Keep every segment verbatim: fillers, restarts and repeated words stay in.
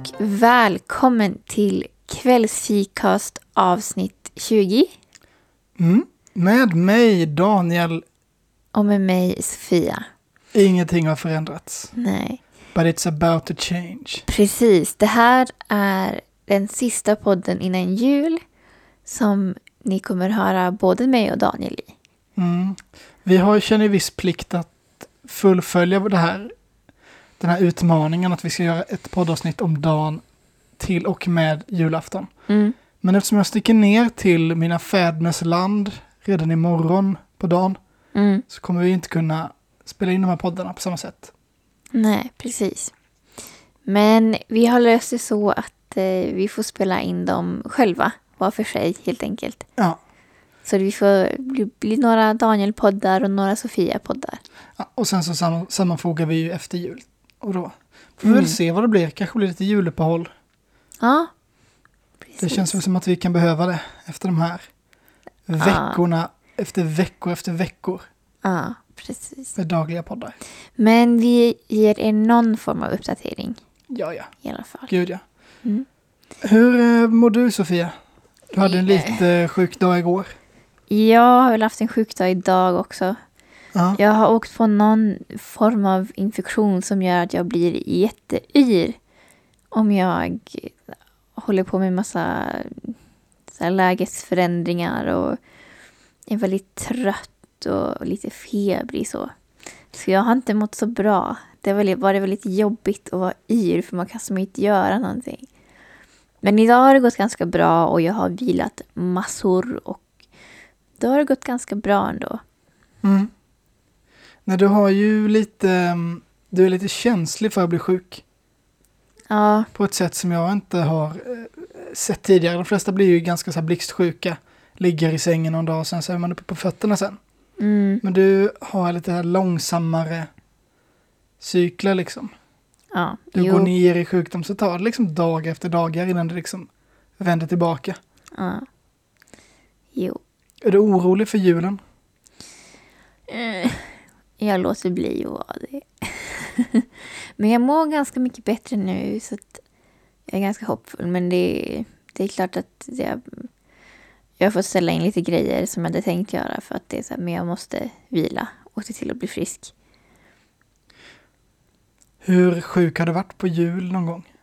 och välkommen till Kvällsfikast avsnitt tjugo. Mm. Med mig Daniel. Och med mig Sofia. Ingenting har förändrats. Nej. But it's about to change. Precis, det här är den sista podden innan jul som ni kommer höra både mig och Daniel i. Mm. Vi har känner viss plikt att fullfölja det här, den här utmaningen att vi ska göra ett poddavsnitt om dagen till och med julafton. Mm. Men eftersom jag sticker ner till mina fäders land redan imorgon på dagen Mm. så kommer vi inte kunna spela in de här poddarna på samma sätt. Nej, precis. Men vi har löst det så att eh, vi får spela in dem själva, var för sig helt enkelt. Ja. Så vi får bli, bli några Daniel-poddar och några Sofia-poddar. Ja, och sen så sam- sammanfogar vi ju efter jul. Och då får vi Mm. väl se vad det blir. Kanske blir lite juluppehåll. Ja, precis. Det känns väl som att vi kan behöva det efter de här veckorna, efter veckor efter veckor Ja, precis. med dagliga poddar. Men vi ger er någon form av uppdatering Ja, ja. i alla fall. Gud, ja. Mm. Hur eh, mår du, Sofia? Du hade en lite eh, sjuk dag igår. Jag har väl haft en sjukdag idag också. Ja. Jag har åkt på någon form av infektion som gör att jag blir jätteyr om jag håller på med massa så här lägesförändringar och är väldigt trött och lite febrig så. Så jag har inte mått så bra. Det var väldigt, väldigt jobbigt att vara yr för man kan som inte göra någonting. Men idag har det gått ganska bra och jag har vilat massor och då har det gått ganska bra ändå. Mm. Nej, du har ju lite, um, du är lite känslig för att bli sjuk. Ja, På ett sätt som jag inte har eh, sett tidigare. De flesta blir ju ganska så här blixtsjuka. Ligger i sängen någon dag och sen så är man uppe på fötterna sen. mm, Men du har lite här långsammare cykler liksom. ja. Du jo, går ner i sjukdom så tar det liksom dag efter dagar innan det liksom vänder tillbaka. Ja. Jo. Är du orolig för julen? Eh, Jag låter bli att vara det. Men jag mår ganska mycket bättre nu så att jag är ganska hoppfull. Men det, det är klart att jag, jag får ställa in lite grejer som jag hade tänkt göra för att det är så här, men jag måste vila och se till att bli frisk. Hur sjuk har du varit på jul någon gång?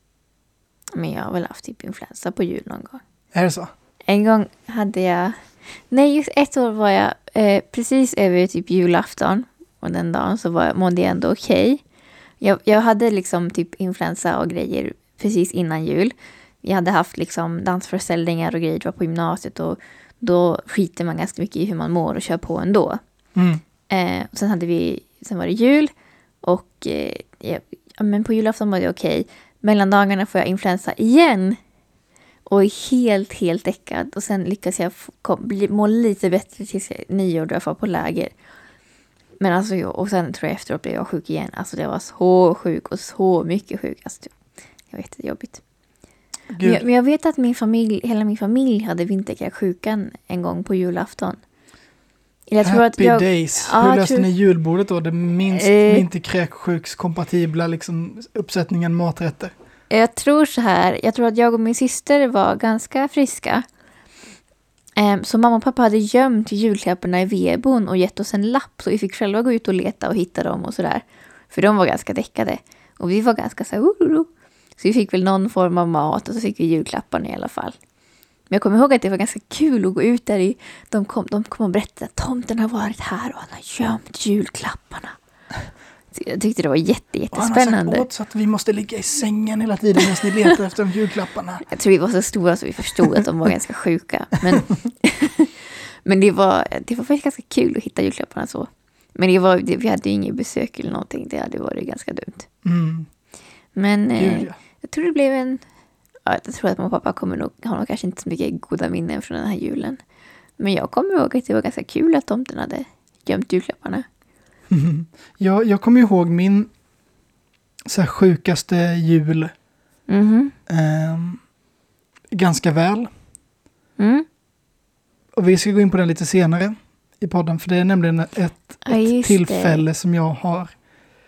Men jag har väl haft typ influensa på jul någon gång. Är det så? En gång hade jag... Nej, just ett år var jag eh, precis över typ julafton. Och den dagen så var, mådde jag ändå okej. Okay. Jag, jag hade liksom typ influensa och grejer precis innan jul. Jag hade haft liksom dansföreställningar och grejer. Det var på gymnasiet och då skiter man ganska mycket i hur man mår och kör på ändå. Mm. Eh, och sen hade vi... Sen var det jul och eh, ja, men på julafton var det okej. Okay. Mellandagarna får jag influensa igen. Och är helt, helt däckad. Och sen lyckas jag få, kom, bli, må lite bättre tills jag, nyår då jag får på läger. Men alltså, jag, och sen tror jag efteråt blev jag sjuk igen. Alltså det var så sjuk och så mycket sjuk. Alltså, jag vet, det är jobbigt. Men jag, men jag vet att min familj, hela min familj hade vinterkräksjukan en gång på julafton. Jag tror Happy att jag, days. Ja, Hur löste tror, ni julbordet då? Det minst Eh. vinterkräkssjukskompatibla liksom, uppsättningen maträtter. Jag tror så här, jag tror att jag och min syster var ganska friska. Um, så mamma och pappa hade gömt julklapparna i vedboden och gett oss en lapp. Så vi fick själva gå ut och leta och hitta dem och sådär. För de var ganska däckade. Och vi var ganska så här, uh, uh, uh. Så vi fick väl någon form av mat och så fick vi julklapparna i alla fall. Men jag kommer ihåg att det var ganska kul att gå ut där i... De kom, de kom och berättade att tomten har varit här och han har gömt julklapparna. Jag tyckte det var jätte, jättespännande. Och han har sagt åt så att vi måste ligga i sängen hela tiden medan ni letar efter de julklapparna. Jag tror vi var så stora så vi förstod att de var ganska sjuka. Men, men det, var, det var faktiskt ganska kul att hitta julklapparna så. Men det var, det, vi hade ju inget besök eller någonting. Det hade varit ganska dumt. Mm. Men eh, Gud, ja. jag tror det blev en... Ja, jag tror att mamma och pappa kommer nog, har nog kanske inte så mycket goda minnen från den här julen. Men jag kommer ihåg att det var ganska kul att tomten hade gömt julklapparna. Mm. Jag, jag kommer ihåg min så här, sjukaste jul Mhm. eh, ganska väl. Mm. Och vi ska gå in på den lite senare i podden. För det är nämligen ett, Ja, ett just tillfälle det. som jag har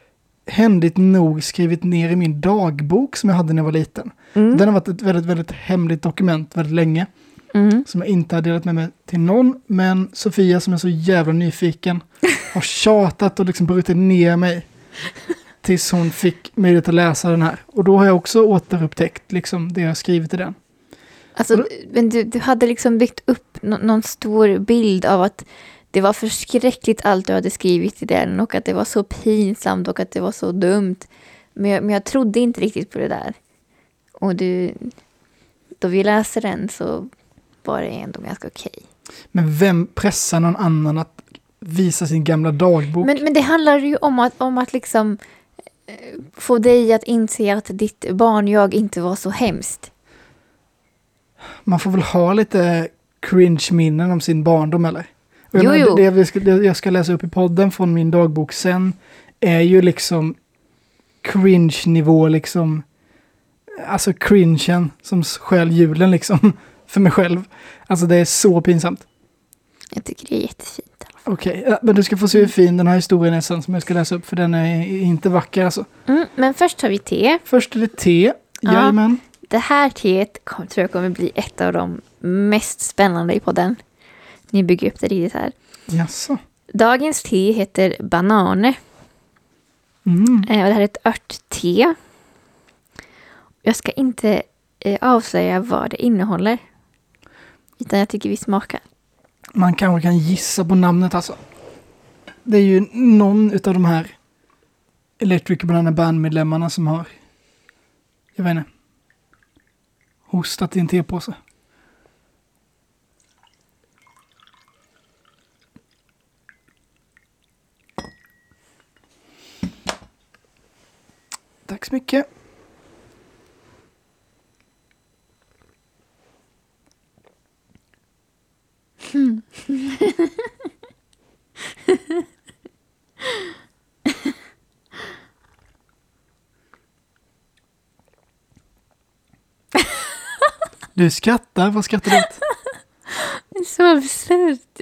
händigt nog skrivit ner i min dagbok som jag hade när jag var liten. Mm. Den har varit ett väldigt, väldigt hemligt dokument väldigt länge. Mm. Som jag inte har delat med mig till någon. Men Sofia som är så jävla nyfiken har tjatat och liksom brutit ner mig tills hon fick möjlighet att läsa den här. Och då har jag också återupptäckt liksom det jag skrivit i den. Alltså, då, men du, du hade liksom byggt upp no- någon stor bild av att det var förskräckligt allt du hade skrivit i den och att det var så pinsamt och att det var så dumt. Men jag, men jag trodde inte riktigt på det där. Och du, då vi läste den så var det ändå ganska okej. Men vem pressar någon annan att visa sin gamla dagbok? Men, men det handlar ju om att, om att liksom få dig att inse att ditt barn jag inte var så hemskt. Man får väl ha lite cringe-minnen om sin barndom, eller? Jo, menar, jo. Det, det, ska, det jag ska läsa upp i podden från min dagbok sen är ju liksom cringe-nivå liksom. Alltså cringen som skäl julen liksom för mig själv. Alltså det är så pinsamt. Jag tycker det är jättefint. Okej, okay. Men du ska få se hur fin den här historien är sen som jag ska läsa upp för den är inte vacker alltså. Mm, men först har vi te. Först är det te, ja, jajamän. Det här teet kom, tror jag kommer bli ett av de mest spännande i podden. Ni bygger upp det riktigt här. Jaså. Dagens te heter banane. Mm. Eh, och det här är ett örtte. Jag ska inte eh, avslöja vad det innehåller. Utan jag tycker vi smakar. Man kanske kan gissa på namnet alltså. Det är ju någon utav de här Electric Banana Band-medlemmarna som har, jag vet inte, hostat i en tepåse. Tack så mycket. Mm. Du skrattar, vad skrattar du åt? Det är så absurt.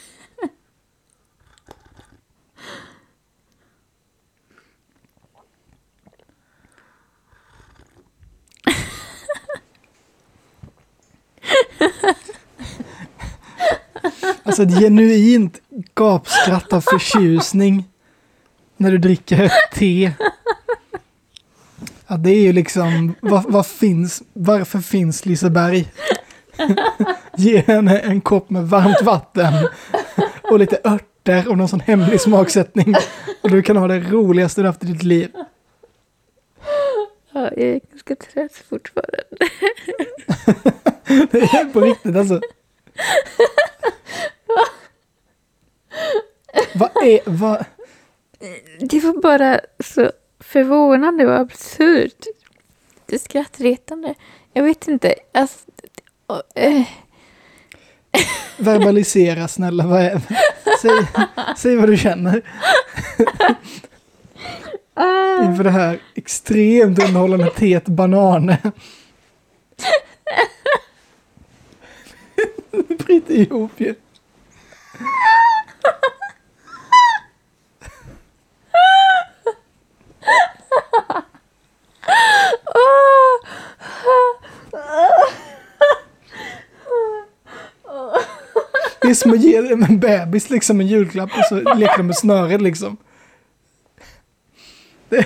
Alltså ett genuint gapskratt av förtjusning när du dricker te. Ja, det är ju liksom, vad, vad finns, varför finns Liseberg? Ge henne en kopp med varmt vatten och lite örter och någon sån hemlig smaksättning. Och du kan ha det roligaste du haft i ditt liv. Ja, jag är ganska trött fortfarande. Det är på riktigt alltså. Vad är, vad? Det var bara så förvånande och absurt. Det är skrattretande. Jag vet inte. Alltså, äh. Verbalisera snälla. Vad är, säg, säg vad du känner. Ah. Inför det här extremt underhållande teet banane. Bryter ihop ju. Det är som att ge en bebis liksom en julklapp och så leker de med snöret liksom. Det...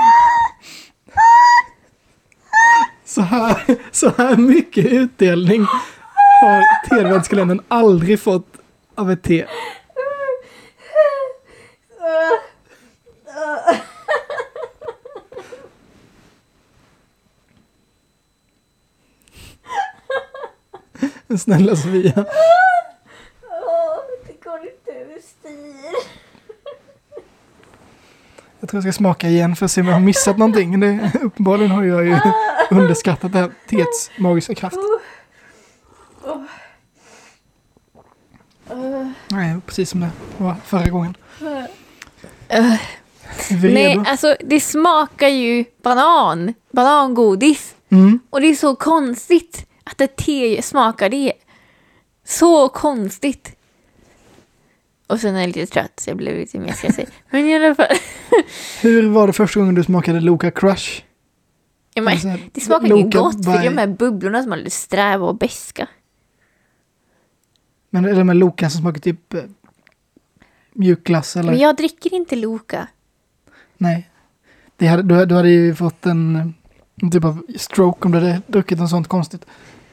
Så här, så här mycket utdelning har te-adventskalendern aldrig fått av ett te. Snälla Sofia. Det går inte överstyr. Jag tror jag ska smaka igen för att se om jag har missat någonting. Det, uppenbarligen har jag ju underskattat det här teets magiska kraft. Nej, precis som det var förra gången. Uh. Nej, alltså det smakar ju banan. Banangodis. Mm. Och det är så konstigt att ett te smakar det. Så konstigt. Och sen är jag lite trött så jag blev lite mer stressig. Men i alla fall. Hur var det första gången du smakade Loka Crush? Ja, men, Alltså, det smakar ju Loka gott för by- de här bubblorna som är lite sträva och beska. Men eller med Loka som smakar typ eh, mjukglass eller? Men jag dricker inte Loka. Nej. Det hade, du, du hade ju fått en, en typ av stroke om du hade druckit något sånt konstigt.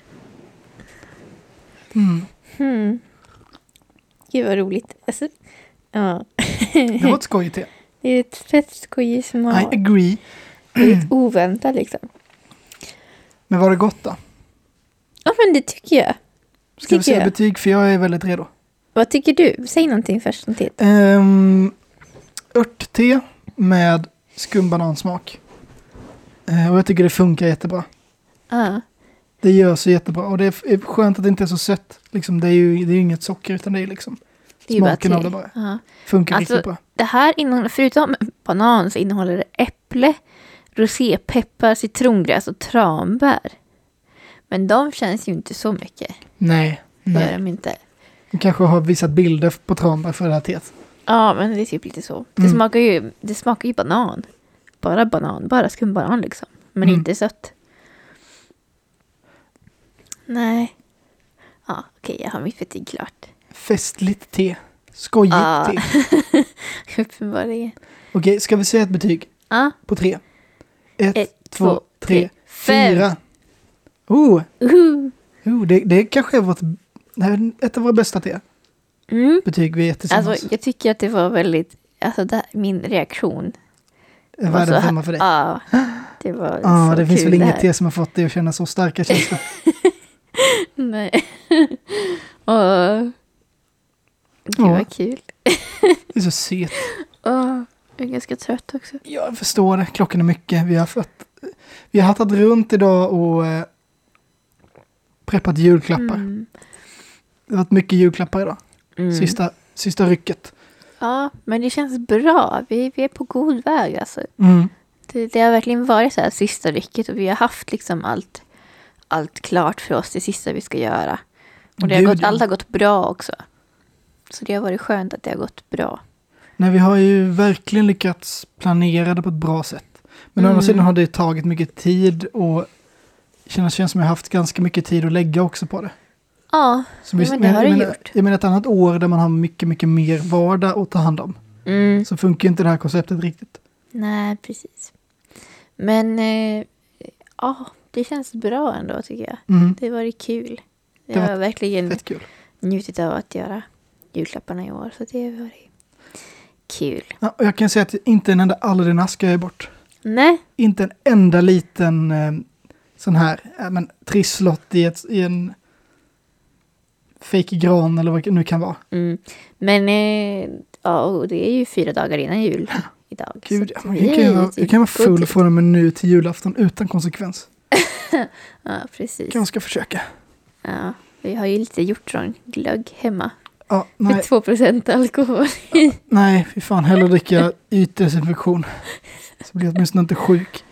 Mm. Hmm. Gud vad roligt. Alltså, ja. Det var ett skojigt te. Det är ett fett skojig smak. I agree. Det är lite oväntat liksom. Men var det gott då? Ja men det tycker jag. Ska vi Tycker säga jag. betyg för jag är väldigt redo. Vad tycker du? Säg någonting först som titt. Um, örtte med skumbanansmak. Uh, och jag tycker det funkar jättebra. Ja. Det gör så jättebra. Och det är skönt att det inte är så sött. Liksom, det är ju det är inget socker utan det är liksom Det är ju bara smaken av te. det bara. Ja. Funkar Alltså, riktigt bra. Det här innehåller, förutom banan så innehåller det äpple, rosépeppar, citrongräs och tranbär. Men de känns ju inte så mycket. Nej, Det gör nej. de inte. De kanske har visat bilder på tranbär för det här teet. Ja, men det är typ lite så. Det, Mm. smakar ju, det smakar ju banan. Bara banan, bara skumbanan liksom. Men Mm. inte sött. Nej. Ja, okej, jag har mitt betyg klart. Festligt te. Skojigt Ja. te. Uppenbarligen. Okej, ska vi säga ett betyg Ja, på tre? Ett, ett, två, två, tre, tre, fem. fyra. Oh, Uhu. oh det, det kanske är vårt, det här är ett av våra bästa te. Mm. Betyg vi är tillsammans. Alltså, jag tycker att det var väldigt... Alltså, det, min reaktion. var Världens så- femma för dig. Ja, det var Ja, så det finns kul väl det inget här. te som har fått dig att känna så starka känslor. Nej. Åh. Gud, Ja. vad kul. Det är så segt. Åh, jag är ganska trött också. Jag förstår det. Klockan är mycket. Vi har fått, vi har hattat runt idag och eh, preppat julklappar. Mm. Det har varit mycket julklappar idag. Mm. Sista, sista rycket. Ja, men det känns bra. Vi, vi är på god väg alltså. Mm. Det, det har verkligen varit så här sista rycket och vi har haft liksom allt, allt klart för oss det sista vi ska göra. Och det har Gud, gått, ja. allt har gått bra också. Så det har varit skönt att det har gått bra. Nej, vi har ju verkligen lyckats planera det på ett bra sätt. Men å Mm. andra sidan har det tagit mycket tid och det känns, känns som jag har haft ganska mycket tid att lägga också på det. Ja, Så ja, visst, men det har jag, du menar, gjort. jag menar ett annat år där man har mycket, mycket mer vardag att ta hand om. Mm. Så funkar ju inte det här konceptet riktigt. Nej, precis. Men eh, ja, det känns bra ändå tycker jag. Mm. Det har varit kul. Det Jag var har verkligen Fett kul. njutit av att göra julklapparna i år. Så det har varit kul. Ja, och jag kan säga att inte en enda Aladdin-ask jag är bort. Nej, Inte en enda liten eh, sån här äh, men, trisslott i, ett, i en fake gran eller vad det nu kan vara. mm. men eh, ja, och det är ju fyra dagar innan jul idag. Gud, så jag, det kan ju är vara, typ jag kan vara god full tid. från och med nu till julafton utan konsekvens. Ja, precis. Jag ska försöka. Ja, vi har ju lite hjortronglögg hemma. Ja, Med nej, två procent alkohol. nej, fy fan. Hellre dricka ytdesinfektion. Så blir jag åtminstone inte sjuk.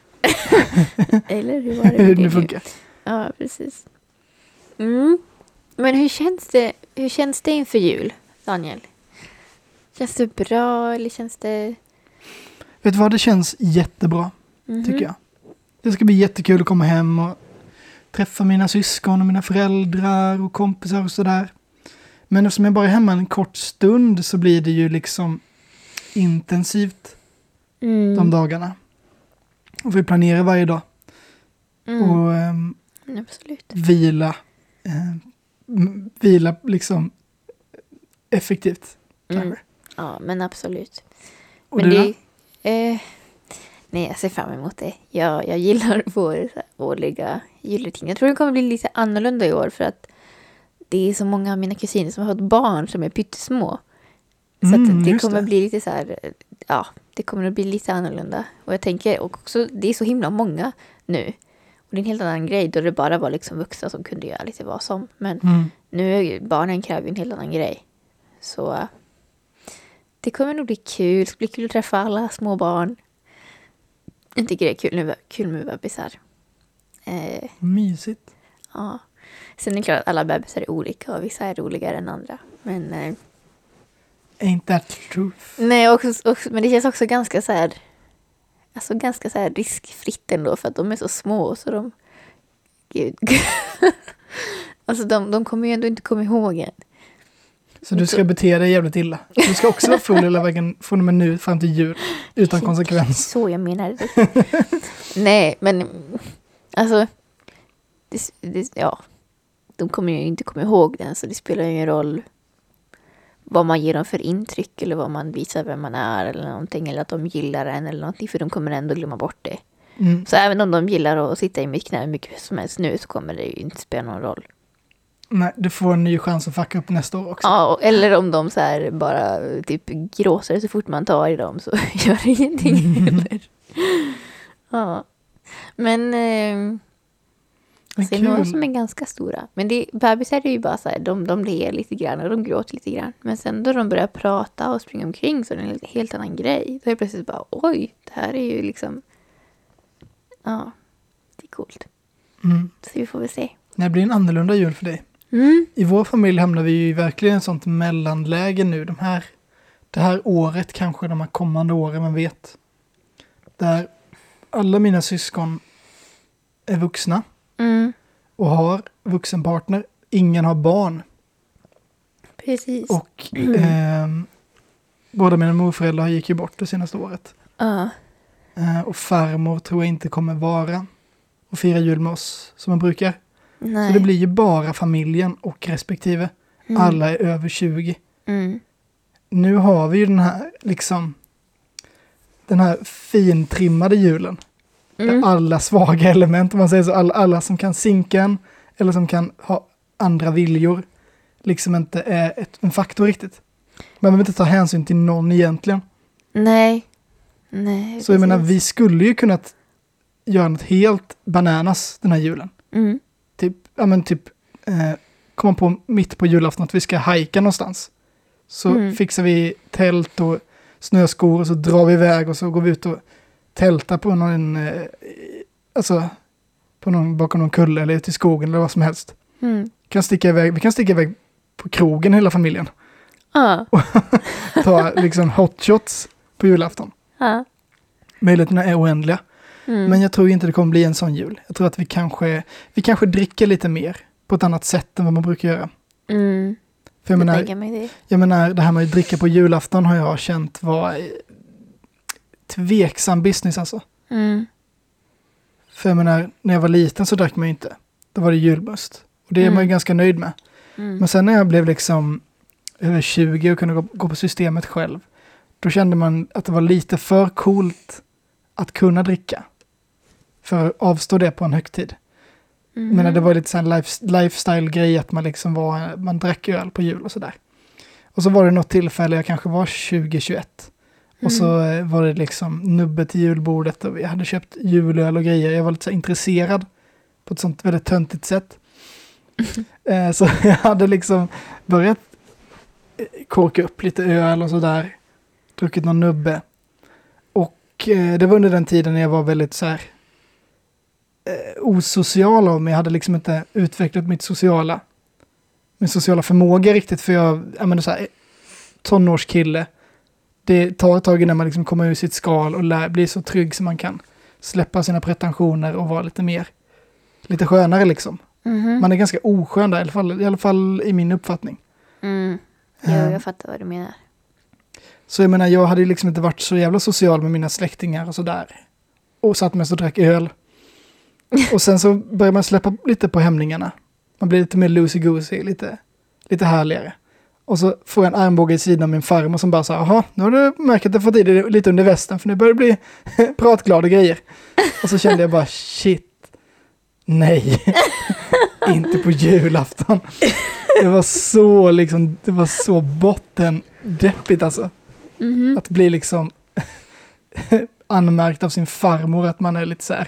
Eller hur var det? Hur med det nu det? funkar. Ja, precis. Mm. Men hur känns det, hur känns det inför jul, Daniel? Känns det bra eller känns det... Vet du vad, det känns jättebra, Mhm. tycker jag. Det ska bli jättekul att komma hem och träffa mina syskon och mina föräldrar och kompisar och sådär. Men eftersom jag bara är hemma en kort stund så blir det ju liksom intensivt Mm. de dagarna. Och vi planerar varje dag. Mm. Och ehm, Absolut. vila. Eh, m- vila liksom effektivt. Mm. kanske. Ja, men absolut. Och Men du det... då? Eh, nej, jag ser fram emot det. Jag, jag gillar vår så här, årliga julrutin. Jag tror det kommer bli lite annorlunda i år för att det är så många av mina kusiner som har fått barn som är pyttesmå. Så Mm, att det just kommer det. bli lite så här, ja, det kommer att bli lite annorlunda. Och jag tänker och också, det är så himla många nu. Och det är en helt annan grej då det bara var liksom vuxna som kunde göra lite vad som. Men Mm. nu är ju, barnen kräver ju en helt annan grej. Så äh, det kommer nog bli kul. Det ska bli kul att träffa alla små barn. Jag tycker det är kul, nu, kul med bebisar. Eh, Mysigt. ja. Sen är det klart att alla bebisar är olika och vissa är roligare än andra. Men eh, Ain't that the truth? Nej, och, och, men det känns också ganska så här, alltså ganska så här riskfritt ändå, för att de är så små, så de, gud, alltså de, de kommer ju ändå inte komma ihåg en. Så du ska bete dig jävligt illa. Du ska också vara full hela vägen från och med nu fram till jul, utan konsekvens. Så jag menar det. Nej, men alltså, det, det, ja, de kommer ju inte komma ihåg den, så det spelar ju ingen roll vad man ger dem för intryck eller vad man visar vem man är eller någonting, eller att de gillar en eller någonting, för de kommer ändå glömma bort det. Mm. Så även om de gillar att sitta i mitt knä mycket som helst nu, så kommer det ju inte spela någon roll. Nej, du får en ny chans att fucka upp nästa år också. Ja, eller om de så här bara typ gråser så fort man tar i dem, så gör det ingenting heller. Ja. Men eh, det är några som är ganska stora. Men det, bebisar är ju bara så här, de, de ler lite grann och de gråter lite grann. Men sen då de börjar prata och springa omkring, så är det en helt, helt annan grej. Då är det plötsligt bara, oj, det här är ju liksom, ja, det är coolt. Mm. Så vi får väl se. Det blir en annorlunda jul för dig. Mm. I vår familj hamnar vi ju verkligen i ett sånt mellanläge nu. De här, det här året, kanske de här kommande åren, man vet. Där alla mina syskon är vuxna. Mm. Och har vuxenpartner. Ingen har barn. Precis. Och eh, båda mina morföräldrar gick ju bort det senaste året. Ja. Eh, och farmor tror jag inte kommer vara och fira jul med oss som man brukar. Nej. Så det blir ju bara familjen och respektive. Mm. Alla är över tjugo. Mm. Nu har vi ju den här liksom den här fintrimmade julen. Mm. Där alla svaga element, om man säger så, alla, alla som kan sinken eller som kan ha andra viljor liksom inte är ett, en faktor riktigt. Man behöver inte ta hänsyn till någon egentligen. Nej. Nej. Så jag menar, vi skulle ju kunna göra något helt bananas den här julen. Mm. Typ, ja men typ eh, komma på mitt på julafton att vi ska hajka någonstans. Så Mm. fixar vi tält och snöskor och så drar vi iväg och så går vi ut och tältar på någon, eh, alltså på någon, bakom någon kulle eller ut i skogen eller vad som helst. Mm. Kan sticka iväg, vi kan sticka iväg på krogen hela familjen. Ja. Ta liksom hot shots på julafton. Ja. Möjligheterna är oändliga. Mm. Men jag tror inte det kommer bli en sån jul. Jag tror att vi kanske, vi kanske dricker lite mer på ett annat sätt än vad man brukar göra. Mm. För jag Jag menar, tänker mig det. jag menar, det här med att dricka på julafton har jag känt var eh, tveksam business alltså. Mm. För jag menar, när jag var liten så drack man ju inte. Då var det julmust. Och det är Mm. man ju ganska nöjd med. Mm. Men sen när jag blev liksom över tjugo och kunde gå, gå på systemet själv, då kände man att det var lite för coolt att kunna dricka. För att avstå det på en högtid. Mm. Jag menar, det var lite sån life, lifestyle-grej att man liksom var, man drack öl på jul och sådär. Och så var det något tillfälle, jag kanske var tjugo tjugoett. Mm. Och så eh, var det liksom nubbet till julbordet och vi hade köpt julöl och grejer. Jag var lite så intresserad på ett sånt väldigt töntigt sätt. Eh, så jag hade liksom börjat eh, korka upp lite öl och sådär. Druckit någon nubbe. Och eh, det var under den tiden när jag var väldigt så här eh, osocial av mig. Jag hade liksom inte utvecklat mitt sociala min sociala förmåga riktigt, för jag, jag menar så här, tonårskille. Det tar ett tag innan man liksom kommer ur sitt skal och lär, blir så trygg som man kan släppa sina pretensioner och vara lite mer, lite skönare liksom. Mhm. Man är ganska oskön där, i alla fall i, alla fall i min uppfattning. Mm. Jo, Eh, jag fattar vad du menar. Så jag menar, jag hade liksom inte varit så jävla social med mina släktingar och sådär. Och satt mest och drack öl. Och sen så börjar man släppa lite på hämningarna. Man blir lite mer loosey-goosey, lite, lite härligare. Och så får jag en armbåge i sidan av min farmor som bara sa, jaha, nu har du märkt att du fått i dig lite under västen, för nu börjar det bli pratglada grejer. Och så kände jag bara, shit, nej, inte på julafton. Det var så liksom, det var så botten deppigt alltså. Mhm. Att bli liksom anmärkt av sin farmor att man är lite så här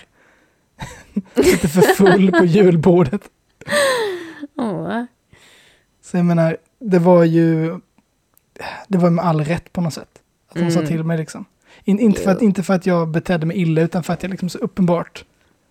lite för full på julbordet. Åh. Så jag menar, det var ju det var med all rätt på något sätt. Att hon sa Mm. till mig liksom. In, inte, för att, Jo. inte för att jag betedde mig illa, utan för att jag liksom så uppenbart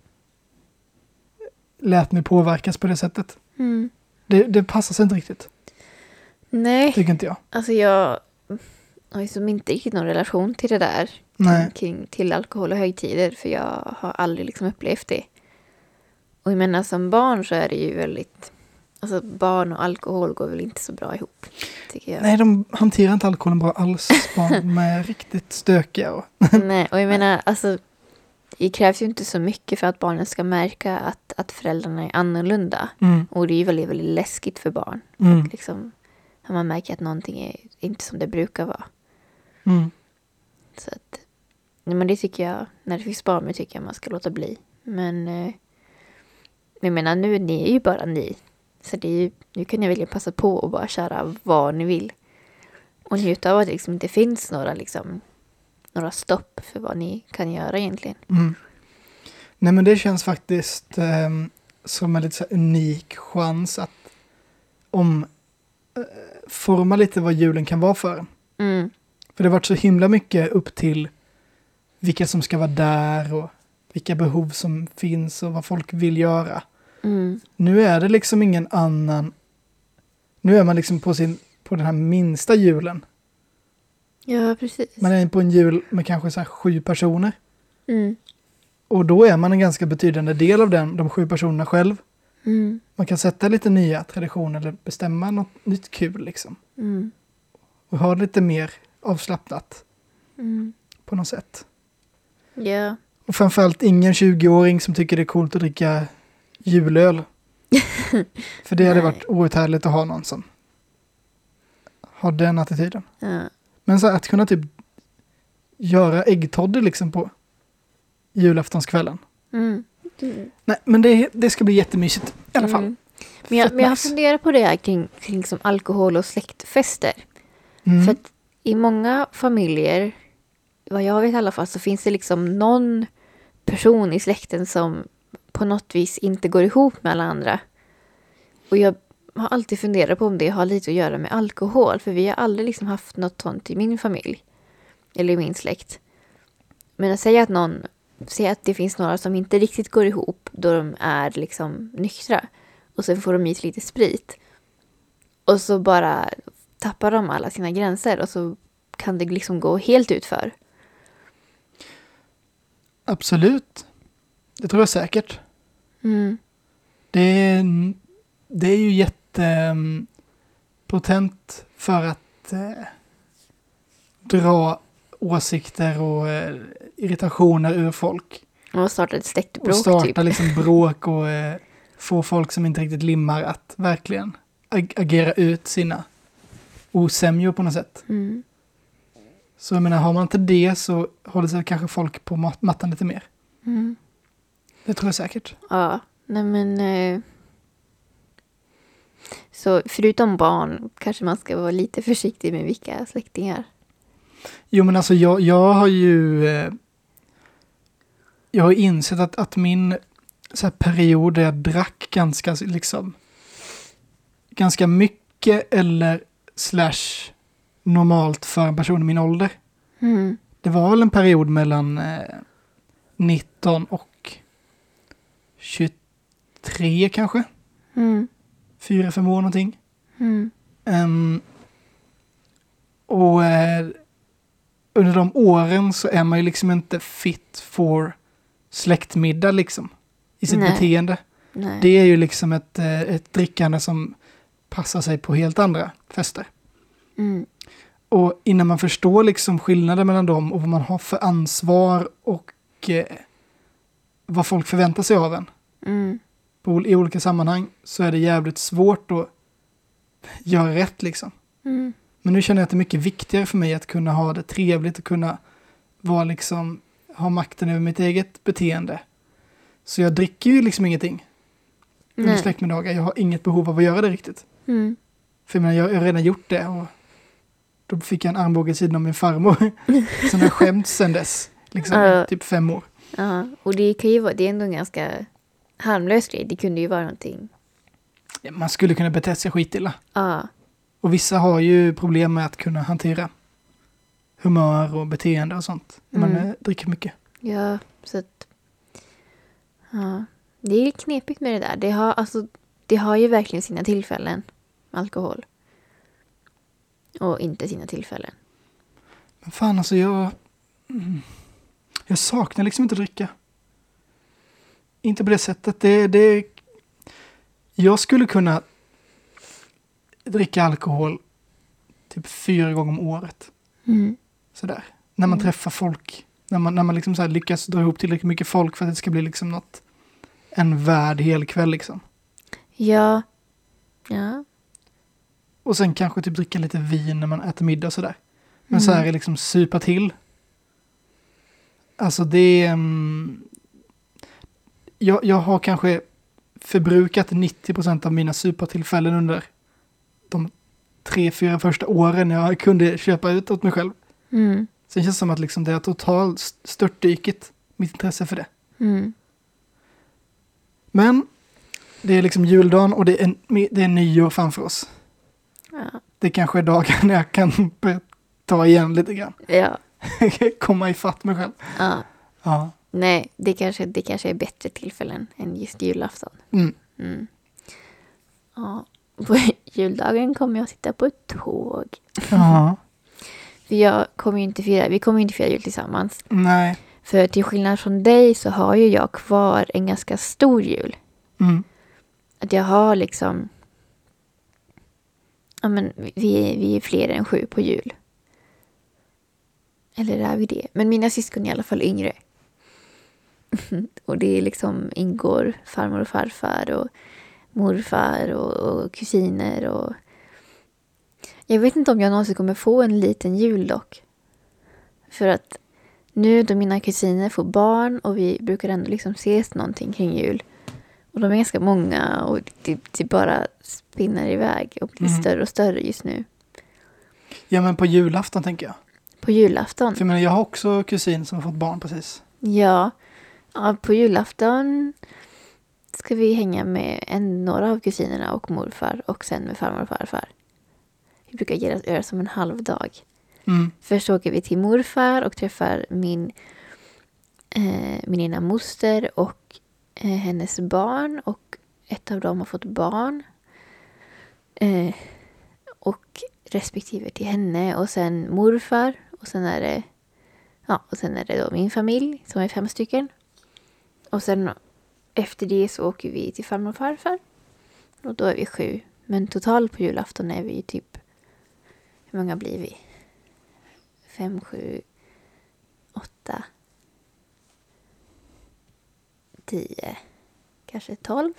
lät mig påverkas på det sättet. Mm. Det, det passar sig inte riktigt, Nej, tycker inte jag. alltså jag har ju som inte riktigt någon relation till det där. Nej. Kring, till alkohol och högtider. För jag har aldrig liksom upplevt det. Och jag menar som barn så är det ju väldigt... Alltså barn och alkohol går väl inte så bra ihop, tycker jag. Nej, de hanterar inte alkoholen bra alls. Barn är riktigt stökiga. Och Nej, och jag menar, alltså... Det krävs ju inte så mycket för att barnen ska märka att, att föräldrarna är annorlunda. Mm. Och det är ju väldigt, väldigt läskigt för barn. Mm. Liksom, när man märker att någonting är inte som det brukar vara. Mm. Så att, nej, men det tycker jag, när det finns barn med tycker jag man ska låta bli. Men eh, jag menar, nu ni är ju bara ni. Så det är ju, nu kan jag välja passa på och bara köra vad ni vill. Och njuta av att det liksom inte finns några, liksom, några stopp för vad ni kan göra egentligen. Mm. Nej, men det känns faktiskt eh, som en lite så här unik chans att om eh, forma lite vad julen kan vara för. Mm. För det har varit så himla mycket upp till vilka som ska vara där och vilka behov som finns och vad folk vill göra. Mm. Nu är det liksom ingen annan. Nu är man liksom på sin på den här minsta julen. Ja, precis. Man är på en jul med kanske så här sju personer. Mm. Och då är man en ganska betydande del av den, de sju personerna själv. Mm. Man kan sätta lite nya traditioner eller bestämma något nytt kul liksom. Mm. Och ha det lite mer avslappnat Mm. på något sätt. Ja. Och framförallt ingen tjugoåring som tycker det är coolt att dricka julöl. För det hade Nej. varit outhärdligt att ha någon som har den attityden. Ja. Men så att kunna typ göra äggtoddy liksom på julaftonskvällen. Mm. Mm. Nej, men det, det ska bli jättemysigt i alla fall. Mm. Men jag, Fett men jag har nice. funderat på det här kring, kring liksom alkohol och släktfester. Mm. För att i många familjer, vad jag vet i alla fall, så finns det liksom någon person i släkten som på något vis inte går ihop med alla andra. Och jag har alltid funderat på om det har lite att göra med alkohol. För vi har aldrig liksom haft något sånt i min familj. Eller i min släkt. Men att säga att någon, säga att det finns några som inte riktigt går ihop då de är liksom nyktra. Och sen får de i sig lite sprit. Och så bara tappar de alla sina gränser. Och så kan det liksom gå helt utför. Absolut. Det tror jag säkert. Mm. Det är, det är ju jättepotent för att eh, dra åsikter och eh, irritationer ur folk. Och starta ett släktbråk Och starta typ. liksom bråk och eh, få folk som inte riktigt limmar att verkligen ag- agera ut sina osämjor på något sätt. Mm. Så jag menar, har man inte det så håller sig kanske folk på mat- mattan lite mer. Mm. Det tror jag säkert. Ja, nej men... Eh, så förutom barn kanske man ska vara lite försiktig med vilka släktingar. Jo, men alltså jag, jag har ju eh, jag har insett att, att min så här period där jag drack ganska liksom ganska mycket eller slash normalt för en person i min ålder. Mm. Det var väl en period mellan eh, nitton och tjugotre kanske. Mm. Fyra, fem år någonting. Mm. Um, och eh, under de åren så är man ju liksom inte fit for släktmiddag liksom. I sitt Nej. beteende. Nej. Det är ju liksom ett, eh, ett drickande som passar sig på helt andra fester. Mm. Och innan man förstår liksom skillnaden mellan dem och vad man har för ansvar och eh, vad folk förväntar sig av en Mm. på, i olika sammanhang så är det jävligt svårt att göra rätt liksom. Mm. Men nu känner jag att det är mycket viktigare för mig att kunna ha det trevligt och kunna vara liksom, ha makten över mitt eget beteende. Så jag dricker ju liksom ingenting under Nej. släktmiddagar. Jag har inget behov av att göra det riktigt. Mm. För jag, menar, jag har redan gjort det och då fick jag en armbåge i sidan av min farmor. Som jag skämt sedan dess. Liksom Ja. typ fem år. Ja, och det kan ju vara, det är ändå en ganska harmlös grej. Det kunde ju vara någonting. Ja, man skulle kunna bete sig skitilla. Ja. Och vissa har ju problem med att kunna hantera humör och beteende och sånt. När man Mm. eh, dricker mycket. Ja, så att... Ja, det är knepigt med det där. Det har, alltså, det har ju verkligen sina tillfällen, alkohol. Och inte sina tillfällen. Men fan alltså jag... Mm, jag saknar liksom inte dricka. Inte på det sättet. Det, det, jag skulle kunna dricka alkohol typ fyra gånger om året. Mm. Sådär. När man Mm. träffar folk. När man, när man liksom så här lyckas dra ihop tillräckligt mycket folk för att det ska bli liksom något, en värd hel kväll liksom. Ja. Ja. Och sen kanske typ dricka lite vin när man äter middag och sådär. Men Mm. så här är liksom supa till. Alltså det är... Um, jag, jag har kanske förbrukat nittio procent av mina supertillfällen under de tre, fyra första åren jag kunde köpa ut åt mig själv. Mm. Sen känns det som att liksom det har totalt störtdyket mitt intresse för det. Mm. Men det är liksom juldagen och det är, en, det är nyår framför oss. Ja. Det kanske är dagen när jag kan börja ta igen lite grann. Ja. Komma ifatt mig själv. Ja. Ja. Nej, det kanske, det kanske är bättre tillfällen än just julafton. Mm. Mm. Ja. På juldagen kommer jag att sitta på ett tåg. Ja. För jag kommer ju inte fira, vi kommer ju inte fira jul tillsammans. Nej. För till skillnad från dig så har ju jag kvar en ganska stor jul. Mm. Att jag har liksom... Ja, men vi är, vi är fler än sju på jul. Eller är vi det? Men mina syskon är i alla fall yngre. Och det är liksom ingår farmor och farfar och morfar och, och kusiner och... Jag vet inte om jag någonsin kommer få en liten jul dock. För att nu då mina kusiner får barn och vi brukar ändå liksom ses någonting kring jul. Och de är ganska många och det, det bara spinner iväg och blir Mm. större och större just nu. Ja, men på julafton tänker jag. På julafton? För jag menar, jag har också kusin som har fått barn precis. Ja, ja på julafton ska vi hänga med en, några av kusinerna och morfar och sen med farmor och farfar. Vi brukar göra, göra som en halvdag. Mm. Först åker vi till morfar och träffar min, eh, min ena moster och eh, hennes barn. Och ett av dem har fått barn. Eh, och respektive till henne. Och sen morfar. Och sen är det, ja, och sen är det då min familj som är fem stycken. Och sen efter det så åker vi till farmor och farfar. Och då är vi sju. Men totalt på julafton är vi typ... Hur många blir vi? Fem, sju, åtta, tio, kanske tolv.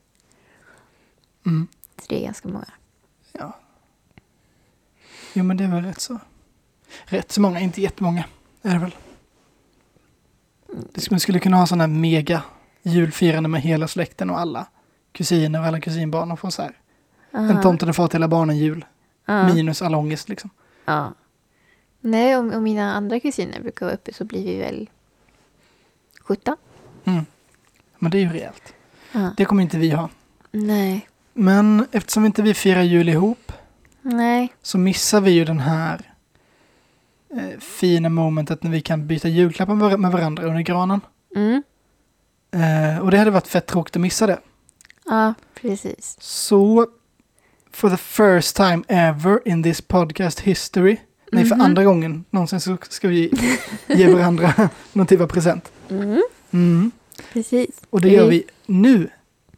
Mm. Så det är ganska många. Ja. Jo, men det är väl rätt så. Rätt så många, inte jättemånga. Är det väl? Det skulle, man skulle kunna ha sådana här mega julfirande med hela släkten och alla kusiner och alla kusinbarn och få så här. Aha. En tomten och far till hela barnen jul. Ja. Minus all ångest liksom. Ja. Nej, om, om mina andra kusiner brukar vara uppe så blir vi väl sjutton. Mm. Men det är ju rejält. Ja. Det kommer inte vi ha. Nej. Men eftersom inte vi firar jul ihop Nej. så missar vi ju den här eh, fina momentet när vi kan byta julklappar med, med varandra under granen. Mm. Eh, och det hade varit fett tråkigt att missa det. Ja, precis. Så for the first time ever in this podcast history, nej för Mhm. andra gången någonsin, så ska vi ge varandra någon typ av present. Mm. Mm. Precis. Och det gör vi nu.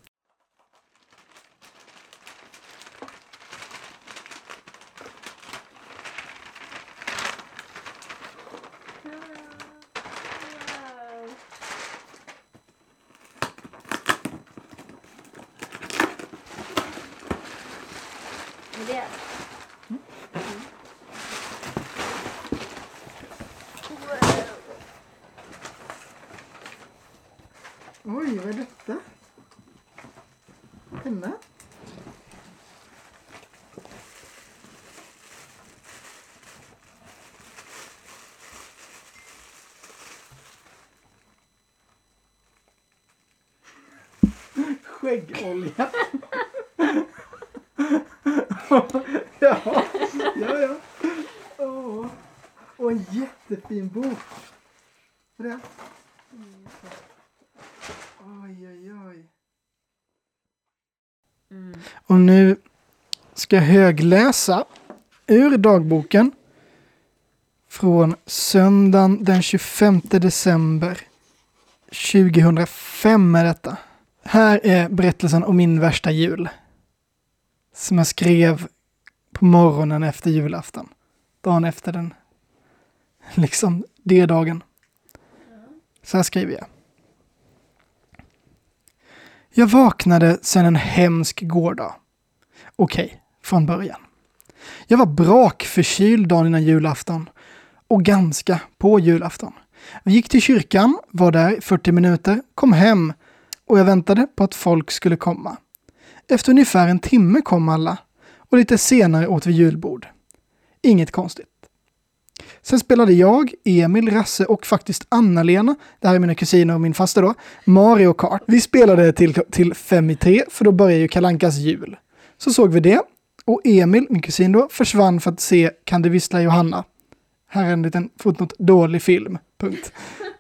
Oj, vad är detta? Penna? Skäggolja. ja, ja, ja. Åh. Och en jättefin bok. Vad är det? Oj, oj, oj. Mm. Och nu ska jag högläsa ur dagboken från söndagen den tjugofemte december tjugohundrafem är detta. Här är berättelsen om min värsta jul. Som jag skrev på morgonen efter julafton. Dagen efter den. Liksom det dagen. Så här skriver jag. Jag vaknade sedan en hemsk gårdag. Okej, från början. Jag var brakförkyld dagen innan julafton. Och ganska på julafton. Vi gick till kyrkan, var där i fyrtio minuter, kom hem och jag väntade på att folk skulle komma. Efter ungefär en timme kom alla och lite senare åt vi julbord. Inget konstigt. Sen spelade jag, Emil, Rasse och faktiskt Anna-Lena, det här är mina kusiner och min faster då, Mario Kart. Vi spelade till, till fem i tre för då började ju Kalle Ankas jul. Så såg vi det och Emil, min kusin då, försvann för att se Kan det vissla Johanna. Här är en liten fotnot dålig film. Punkt.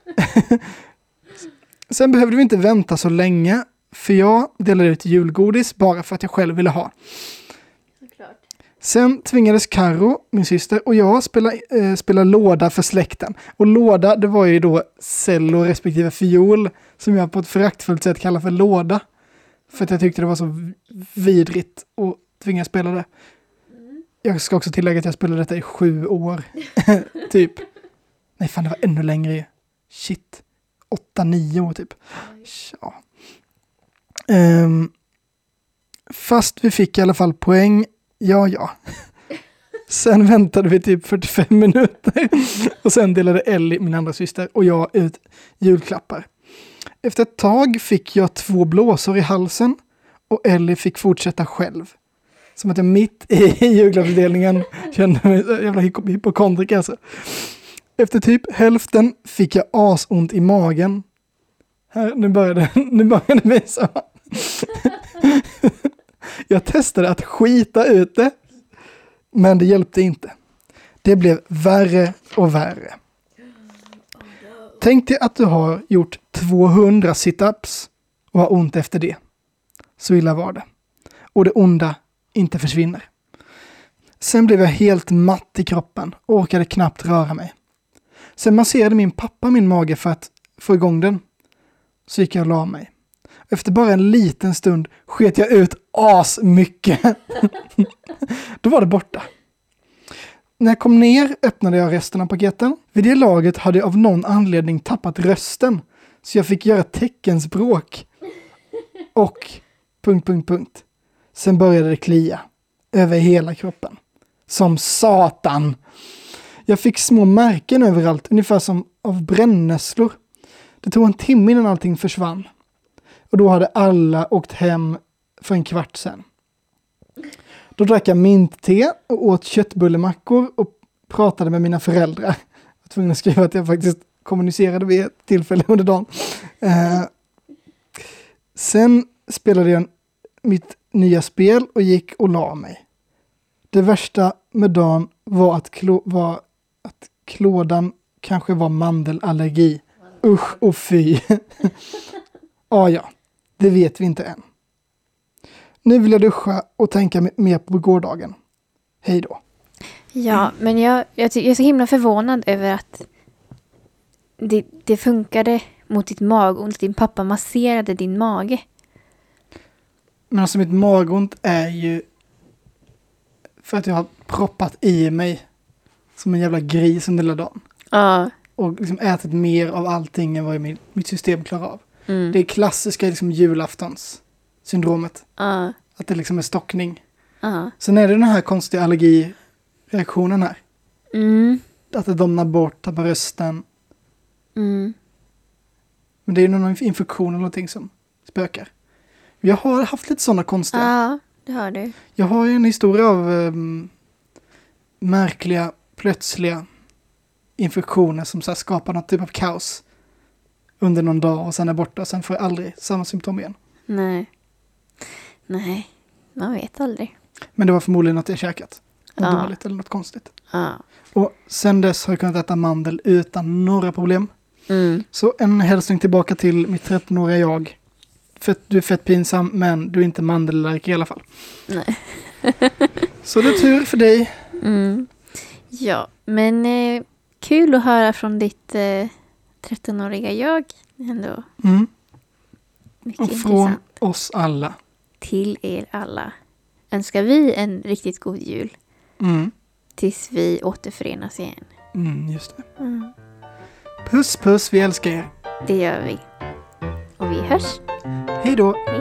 Sen behövde vi inte vänta så länge för jag delade ut julgodis bara för att jag själv ville ha. Såklart. Sen tvingades Karo, min syster, och jag spela, eh, spela låda för släkten. Och låda, det var ju då cello respektive fiol som jag på ett föraktfullt sätt kallar för låda. För att jag tyckte det var så vidrigt att tvingas spela det. Jag ska också tillägga att jag spelade detta i sju år. typ. Nej fan, det var ännu längre. Shit. Åtta, nio år typ. Ja. Um, fast vi fick i alla fall poäng. Ja, ja. Sen väntade vi typ fyrtiofem minuter. Och sen delade Ellie, min andra syster, och jag ut julklappar. Efter ett tag fick jag två blåsor i halsen. Och Ellie fick fortsätta själv. Som att jag mitt i julklappsdelningen kände mig så jävla hypokondrik alltså. Efter typ hälften fick jag asont i magen. Här, nu började nu började det så. Jag testade att skita ut det. Men det hjälpte inte. Det blev värre och värre. Tänk dig att du har gjort tvåhundra sit-ups och har ont efter det. Så illa var det. Och det onda inte försvinner. Sen blev jag helt matt i kroppen och orkade knappt röra mig. Sen masserade min pappa min mage för att få igång den. Så gick jag och la mig. Efter bara en liten stund sket jag ut as mycket. Då var det borta. När jag kom ner öppnade jag resten av paketen. Vid det laget hade jag av någon anledning tappat rösten. Så jag fick göra teckenspråk. Och... punkt, punkt, punkt. Sen började det klia. Över hela kroppen. Som satan. Jag fick små märken överallt. Ungefär som av brännässlor. Det tog en timme innan allting försvann. Och då hade alla åkt hem för en kvart sen. Då drack jag mintte och åt köttbullemackor och pratade med mina föräldrar. Jag var tvungen att skriva att jag faktiskt kommunicerade vid ett tillfälle under dagen. Eh, sen spelade jag mitt nya spel och gick och la mig. Det värsta med dagen var att, klå, var att klådan kanske var mandelallergi. Usch och fy. ah, ja, det vet vi inte än. Nu vill jag duscha och tänka mer på gårdagen. Hej då. Ja, men jag, jag, jag är så himla förvånad över att det, det funkade mot ditt magont. Din pappa masserade din mage. Men alltså mitt magont är ju för att jag har proppat i mig som en jävla gris under hela dagen. Ja. Och liksom ätit mer av allting än vad mitt, mitt system klarar av. Mm. Det är klassiska liksom julaftons syndromet. Ja. Att det liksom är stockning. Ja. Sen är det den här konstiga allergireaktionen här. Mm. Att det domnar bort, tappar rösten. Mm. Men det är ju någon infektion eller någonting som spökar. Jag har haft lite sådana konstiga. Ja, det har du. Jag har ju en historia av um, märkliga, plötsliga infektioner som så här skapar något typ av kaos under någon dag och sen är borta och sen får jag aldrig samma symptom igen. Nej. Nej, man vet aldrig. Men det var förmodligen att jag käkat. Något Ja. dåligt eller något konstigt. Ja. Och sen dess har jag kunnat äta mandel utan några problem. Mm. Så en hälsning tillbaka till mitt trettonåriga jag. För att du är fett pinsam, men du är inte mandelallergiker i alla fall. Nej. Så det är tur för dig. Mm. Ja, men eh, kul att höra från ditt eh, trettonåriga jag. Ändå Mm. mycket Och från intressant. oss alla. Till er alla önskar vi en riktigt god jul. Mm. Tills vi återförenas igen. Mm, just det. Mm. Puss puss, vi älskar er. Det gör vi. Och vi hörs. Hej då. Hej